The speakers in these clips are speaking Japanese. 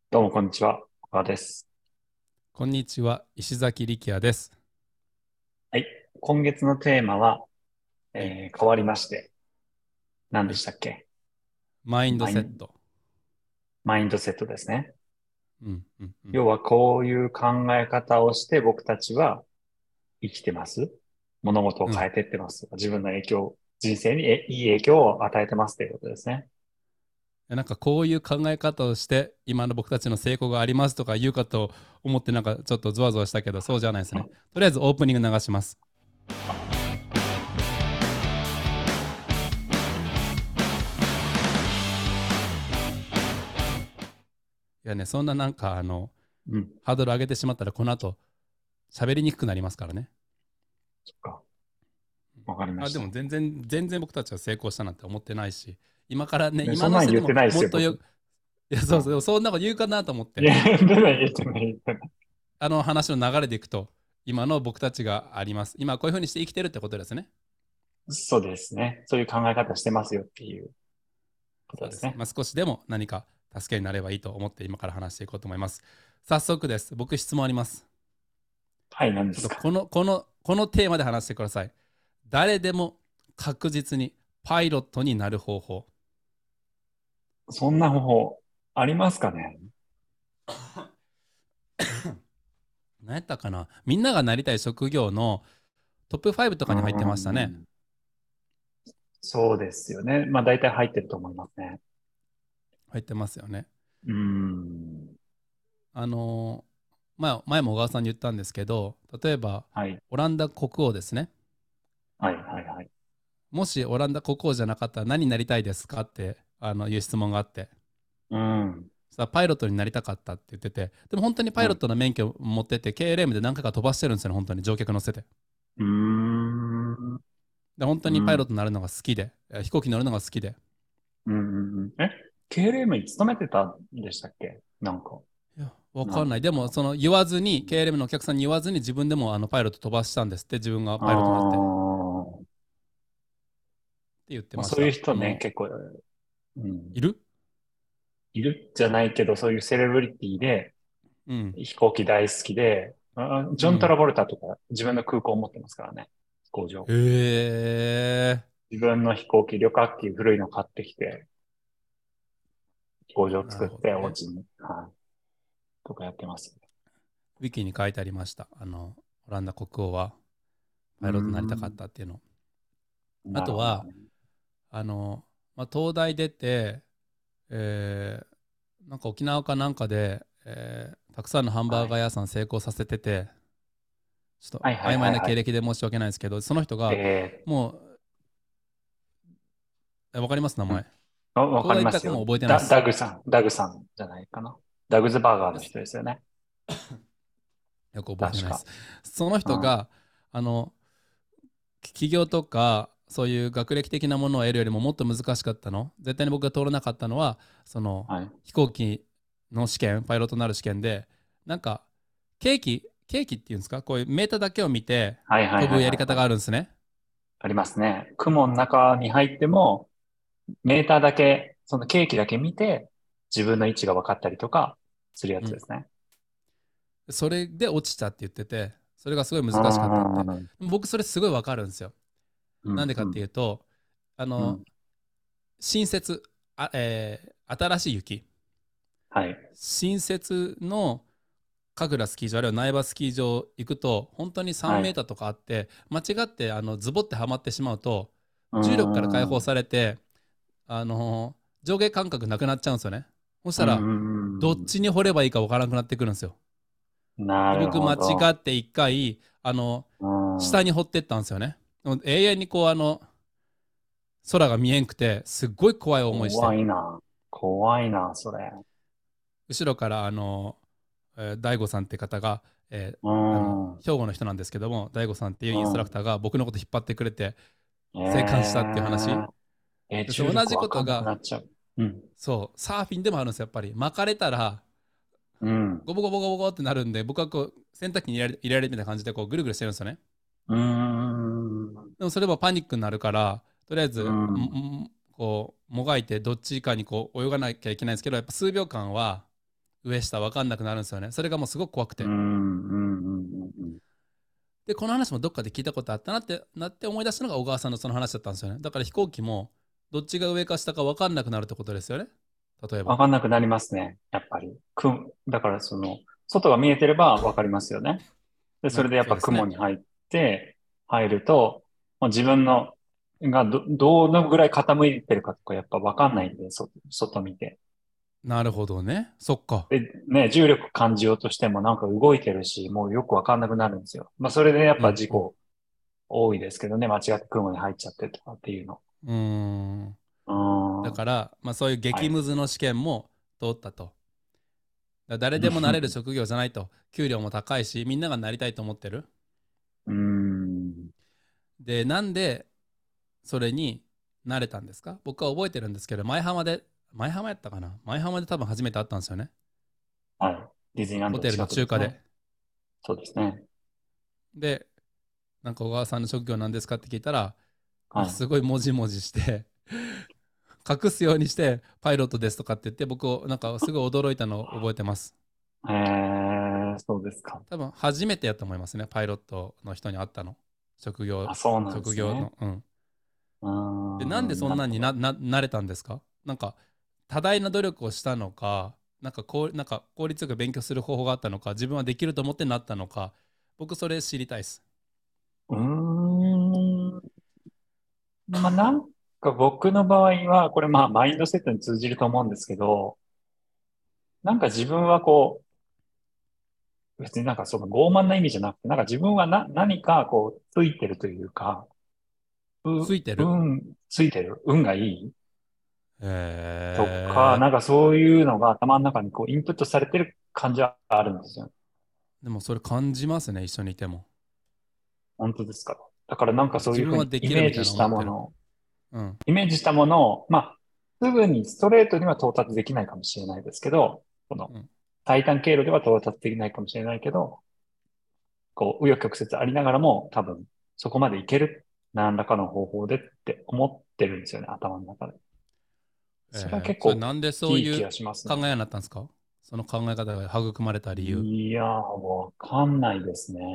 どうも、こんにちは。小川です。 こんにちは、石崎力也です。 はい。今月のテーマは、 はい、 変わりまして、何ではい、 したっけ？ マインドマイン、 セット。 マインドセットですね。 うん、うん、うん。 要は、こういう考え方をして僕たちは生きてます。物事をうん。 変えていってます。自分の人生にいい影響を与えてますということですね。 なんかこういう考え方をして、今の僕たちの成功がありますとか言うかと思って、なんかちょっとゾワゾワしたけど、そうじゃないですね。とりあえずオープニング流します。いやね、そんななんかうん。 ハードル上げてしまったら、この後、喋りにくくなりますからね。 そっか。わかりまあ、でもした。 全然僕たちは成功したなんて思ってないし、今からね、 ね、そんなん言って今の時点でもないですよ、僕。 もっといや、そうそう、 うん。 そんなこと言うかなと思って。 いや、言ってない、言ってない、言ってない。 話の流れでいくと、今の僕たちがあります。今こういうふうにして生きてるってことですね。 そうですね。そういう考え方してますよっていうことそうです。 ですね。 まあ、少しでも何か助けになればいいと思って今から話していこうと思います。早速です。僕質問あります。 はい、何でちょっとすか？ このテーマで話してください。誰でも確実にパイロットになる方法。 そんな方法ありますかね？ 何やったかな、みんながなりたい職業のトップ5とうーかに入ってましたね。 ん。そうですよね。まあ大体入ってると思いますね。 入ってますよね。 うーん。 あのまあ、前も小川さんに言ったんですけど、例えばはい。 オランダ国王ですね。 はい、はい、はい。 もしオランダ国王じゃなかったら何になりたいですかっていう質問があって、 うん。 さパイロットになりたかったって言ってて、でも本当にパイロッうん。 トの免許を持ってて KLM で何回か飛ばしてるんですよね、本当に乗客乗せて。 うーん。 で本当うん。 にパイロットになるのが好きで、飛行機乗るのが好きで。 うん。うん。KLM に勤めてたんでしたっけ？なんか。 いやわなんかんない。でもその言わずに KLM のお客さんに言わずに自分でもパイロット飛ばしたんですって、自分があパイロットになってってー、 言ってまあ、そういうました。 人ね、結構、うん、 いる。 いるじゃないけど、そういうセレブリティで、 うん飛行機大好きで、ジョン・トうんラボルタとか自分の空港を持ってますからね。飛行場。 へえ。 自分の飛行機、旅客機古いの買ってきて、飛行場な作って、 るほどね。 お家に、はい、とかやってます。 ウィキに書いてありました。オランダ国王はうーパイロットになりたかっん。 たっていうの。あなるとは、 ほどね。 東大出て、なんか沖縄かなんかで、たくさんのハンバはい。 ーガー屋さん成功させてて、ちょっとはいはい曖昧な経はいはい。 歴で申し訳ないですけど、その人が、もう、わかります名うん。 前。 わ東大行ったかりますよ。 かも覚えてないです。 ダグさんじゃないかな。ダグズバーガーの人ですよね。 よく覚えて確か。 ないです。そのうん。 人が、あの、起業とかそういう学歴的なものを得るよりももっと難しかったの、絶対に僕が通らなかったのは、そのはい。 飛行機の試験、パイロットになる試験で、なんかケーキっていうんですか、こういうメーターだけを見てはいはい飛ぶやり方はいはいはい。 があるんですね。 ありますね。雲の中に入っても、メーターだけ、そのケーキだけ見て、自分の位置が分かったりとかするやうん、 つですね。 それで落ちたって言ってて、それがすごいう難しかったって。 んうん僕それすごいわかるんですよ。 うんなんでかっていうと、あのうん。 新設、新しい雪、 はい。 新設の神楽スキー場あるいは苗場スキー場行くと本当に3 はい。 メーターとかあって、間違ってズボってはまってしまうとう重力から解放ん。 されて、上下感覚なくなっちゃうんですよね。そしうたらどっん。 ちに掘ればいいか分からなくなってくるんですよ。 なるで僕間違ほど。 って一回うん。 下に掘ってったんですよね。でも永遠にこう空が見えんくてすっごい怖い思いして、 怖いな。怖いな、それ。 後ろから大悟さんって方が、 うん。う兵庫の人なんですけども、大悟さんっていうインストラクん。 ターが僕のこと引っ張ってくれて生還したっていう話。 え重で同じ力わかんなくことが、 なっちゃう。うん。 そうサーフィンでもあるんですよ。やっぱり巻かれたらうん。 ゴボゴボゴボゴボってなるんで、僕はこう洗濯機に入れられるみたいな感じでこうぐるぐるしてるんですよね。 うーん。 でもそれはパニックになるから、とりあえうずん。 こうもがいてどっちかにこう泳がなきゃいけないんですけど、やっぱ数秒間は上下分かんなくなるんですよね。それがもうすごく怖くうん、 て。 うん、うん、うん。 で、この話もどっかで聞いたことあったなって思い出したのが小川さんのその話だったんですよね。だから飛行機もどっちが上か下か分かんなくなるってことですよね。例えば。 わかんなくなりますね。やっぱり。だから外が見えてればわかりますよね。で、それでやっぱそうですね。 雲に入ると、もう自分の、どのぐらい傾いてるかとかやっぱわかんないんで、外見て。 なるほどね。そっか。 で、ね、重力感じようとしてもなんか動いてるし、もうよくわかんなくなるんですよ。まあ、それでやっうんうん。 ぱ事故多いですけどね、間違って雲に入っちゃってとかっていうの。 うーん。 うーん。はだから、まあそういう激い。 ムズの試験も通ったと。誰でもなれる職業じゃないと。給料も高いし、みんながなりたいと思ってる。 うーん。 で、なんでそれになれたんですか？僕は覚えてるんですけど、前浜やったかな、前浜で多分初めて会ったんですよね。 はい。ディズニーランドのホテルの近くですね。 中華で。 そうですね。 で、なんか小川さんの職業なんですかって聞いたら、なんはい。 かすごいもじもじして隠すようにしてパイロットですとかって言って、僕をなんかすごい驚いたのを覚えてます。 そうですか。 多分初めてやと思いますね、パイロットの人に会ったの。職業、 あ、そうなんですね。 職業の。うん。 うーで、なんでん、 そんなになるほど。 なれたんですか？なんか、多大な努力をしたのか、なんか効率よく勉強する方法があったのか、自分はできると思ってなったのか、僕それ知りたいです。 うーん。まあ、なんか僕の場合は、これまあ、マインドセットに通じると思うんですけど、なんか自分は別になんかその傲慢な意味じゃなくて、なんか自分は何かついてるというか、 ついてる。 ついてる運がいいとか、 へえ。 なんかそういうのが頭の中にインプットされてる感じはあるんですよ。 でもそれ感じますね、一緒にいても。 本当ですか。だからなんかそういうふうに自分はできるみたいな思ってる。うん。 イメージしたものを、まあ、すぐにストレートには到達できないかもしれないですけど、このうん。 最短経路では到達できないかもしれないけど、紆余曲折ありながらも多分そこまでいける何らかの方法でって思ってるんですよね、頭の中で。それは結構大それなんでそういうきい気がしますね。 考えになったんですか？その考え方が育まれた理由。 いやー、わかんないですね。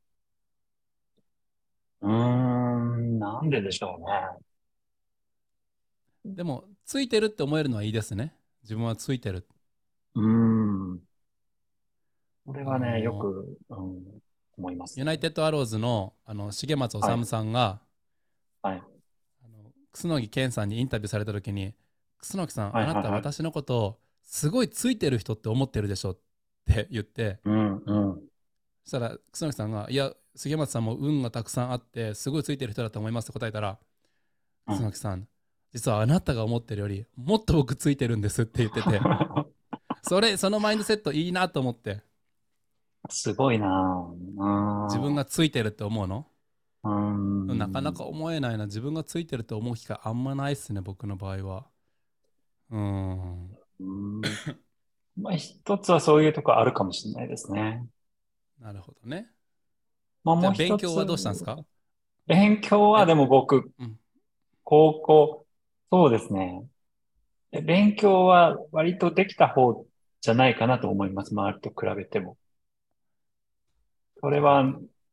なんででしょうね。 でも、ついてるって思えるのはいいですね。自分はついてる。 うーん。これあはね、よのく、思いますね。 ユナイテッドアローズの、重松はい。 治さんが、 はい。 楠木健さんにインタビューされた時に、楠木さん、 はい、 あなはい、はい。 た私のことをすごいついてる人って思ってるでしょって言って、 うん、うん。 そしたら楠木さんが、いや、重松さんも運がたくさんあって、すごいついてる人だと思いますって答えたら、 うん。 楠木さん、実はあなたが思ってるよりもっと僕ついてるんですって言ってて、そのマインドセットいいなと思って、 すごいな自分ぁ。 がついてるって思うのうーなかなん。 か思えないな。自分がついてると思う機会あんまないっすね、僕の場合は。うーん。 うーん。まあ、一つはそういうとこあるかもしれないですね。 なるほどね。 まあ、 じゃあもう一つ、 勉強はどうしたんですか？ 勉強はえ、 でも僕、 うん。 高校、そうですね。勉強は割とできた方じゃないかなと思います。周りと比べても。それは、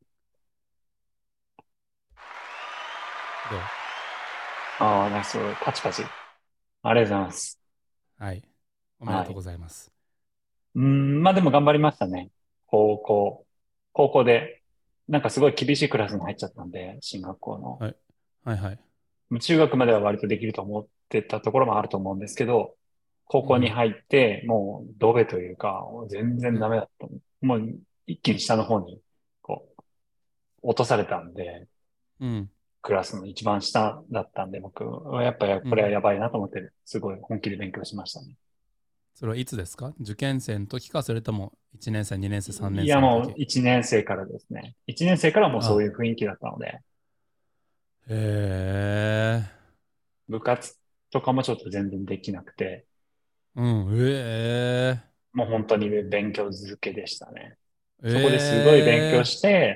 どう？ なんかそう、パチパチ。ありがとうございます。 はい。おめでとうごはい。 ざいます。 まあでも頑張りましたね。高校。高校で、なんかすごい厳しいクラスに入っちゃったんで、進学校の。 はい。はいはい。 中学までは割とできると思ってたところもあると思うんですけど、高うん。 校に入って、もう、ドベというか、全然ダうん。 メだった。もう、一気に下の方に、落とされたんで、 うん。 クラスの一番下だったんで、僕はやっぱりこれはうん。 やばいなと思って、すごい本気で勉強しましたね。 それはいつですか？受験生の時か、それとも1年生、2年生、3年いや、もう生の時？ 一年生からですね。一年生からもうそうあ、 いう雰囲気だったので、 へえ。 部活とかもちょっと全然できなくて、 うん。ええ。 もう本当に勉強続けでしたね。そこですごい勉強ええ。 して、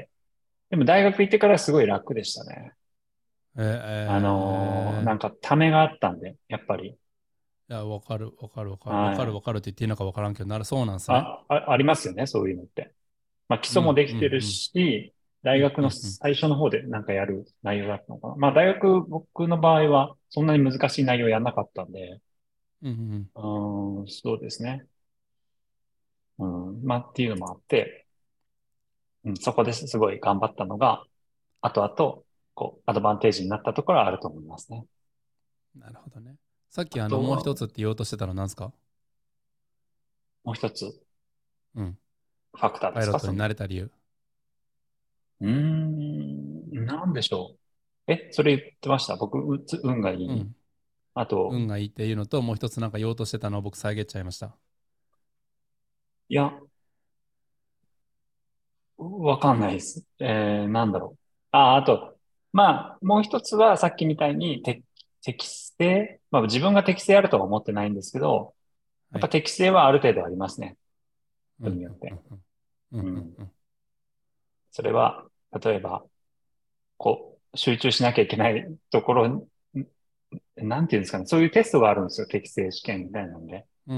でも大学行ってからすごい楽でしたね。 えなんかためがあったんで、やっぱり。 いや、わかる、わかる、わかる、わかる、 はい。 わかるって言っていいのかわからんけど、そうなんですね。 ありますよね、そういうのって。まあ、基礎もうん、 できてるうん、 し、大うん、 学のうん、うん、 最初の方でなんかやる内容だったのかな。まあ、大学、僕の場合は、そんなに難しい内容やんなかったんで、 うん、うん、 そうですね。まあ、っていうのもあって、そこですごい頑張ったのが、後々、こう、アドバンテージになったところはあると思いますね。 なるほどね。さっきあとは、 もう一つって言おうとしてたのなんですか？ もう一つ、 うん。 ファクターですか、 パイロットになれた理由。 なんでしょう。それ言ってました。僕、運がいい。 うん。 あと、 運がいいっていうのと、もう一つなんか言おうとしてたのを僕遮っちゃいました。 いや、わかんないです。なんだろう。あと、まあ、もう一つはさっきみたいに適性、まあ自分が適性あるとは思ってないんですけど、やっぱはい。 適性はある程度ありますね。 うん、うん、う人によって。 ん、うん、うん、 うん。 うん。 それは、例えば、こう、集中しなきゃいけないところに、なんていうんですかね。そういうテストがあるんですよ。適性試験みたいなんで。 うん、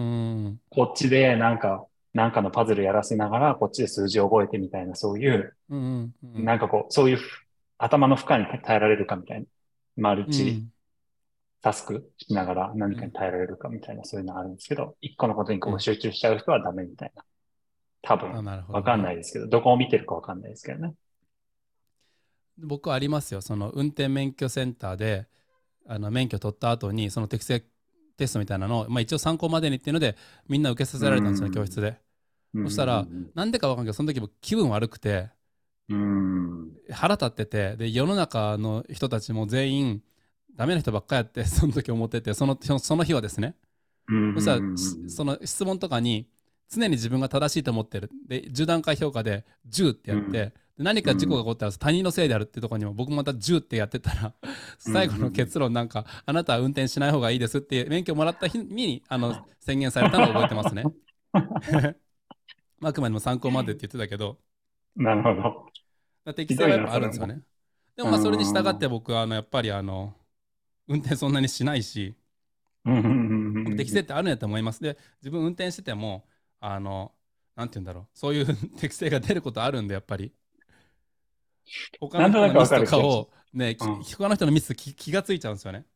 うん、 こっちでなんかのパズルやらせながら、こっちで数字を覚えてみたいな、そういう、 うん、うん、 なんかこう、そういう頭の負荷に耐えられるかみたいな。マルチうん、 タスクしながら何うん、 かに耐えられるかみたいな、そういうのあるんですけど、一個のことにこうん。 う集中しちゃう人はダメみたいな。多分、 あ、なるほわかんどね。 ないですけど、どこを見てるかわかんないですけどね。 僕はありますよ。その運転免許センターで、免許取った後に、その適正テストみたいなのを、まあ、一応参考までにっていうので、みんな受けさうーせられたんですよね、教ん。 室で。 うん、 そしたら、なんでかわかんないけど、その時僕気分悪くて、 うん、うん。 腹立ってて、で、世の中の人たちも全員、ダメな人ばっかやって、その時思ってて、その日はですね。 うん、うん、 そしたら、 うん、 その質問とかに、常に自分が正しいと思ってる。で、10段階評価で10ってうん、 やって、で何か事故が起こったら他人のせいであるってところにも僕また10ってやってたらうん、 最後のうん。 結論なんかあなたは運転しない方がいいですって免許もらった日に宣言されたのを覚えてますね。あくまでも参考までって言ってたけど、 なるほど。 適ひどいな、 性はやっぱあそれも。 るんですよね。でもうまあそれに従ってん、 僕はやっぱり運転そんなにしないし、 うん、うん、う僕適ん。 性ってあるんやと思います。で、自分運転してても、なんて言うんだろう、そういう適性が出ることあるんで、やっぱり、他のなんとなくわ人のミスとかる気がしかを、ね、 ます。うん。 他の人のミス気がついちゃうんですよね。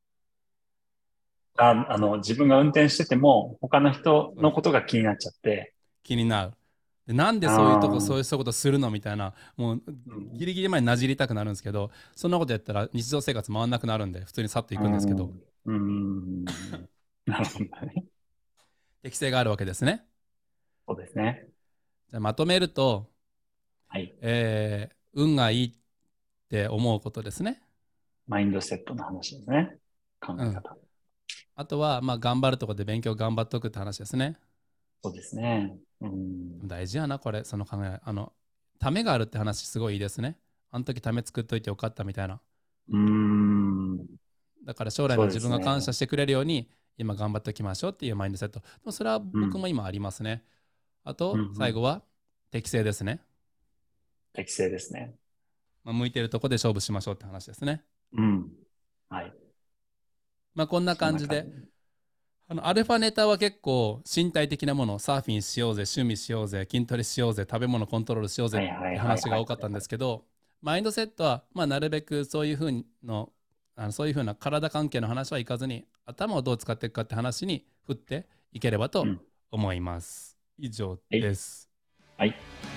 自分が運転してても、他の人そうのことが気になっちゃって、 気になる。で、なんであそういうとこ、 あ、 そういうことするのみたいな、もううん、 ギリギリまでなじりたくなるんですけど、そんなことやったら日常生活回んなくなるんで、普通に去っていうくんですけど、 ん、うん、なるほどね。 適性があるわけですね。 そうですね。 じゃあまとめると、 はい。 運がいいって思うことですね。 マインドセットの話ですね。考うん。 え方。 あとは、まあ、頑張るところで勉強頑張っとくって話ですね。 そうですね。うん。 大事やな、これ、その考え。ためがあるって話、すごいいいですね。あの時ため作っといてよかったみたいな。 うーん。 だから将来のそうで自分が感すね。 謝してくれるように、今頑張っておきましょうっていうマインドセット。でもそれはうん。 僕も今ありますね。あと、 うん、うん。 最後は適性ですね。 適正ですね。 まあ、向いてるとこで勝負しましょうって話ですね。 うん。はい。 まあ、こんなそん感じで、 な感じ。 アルファネタは結構身体的なもの、サーフィンしようぜ、趣味しようぜ、筋トレしようぜ、食べ物コントロールしようぜっはいはいてはいはい。 話が多かったんですけど、マインドセットは、まあ、なるべくそういうふうの、そういうふうな体関係の話はいかずに、頭をどう使っていくかって話に振っていければとうん。 思います。以上はい。 です。 はい。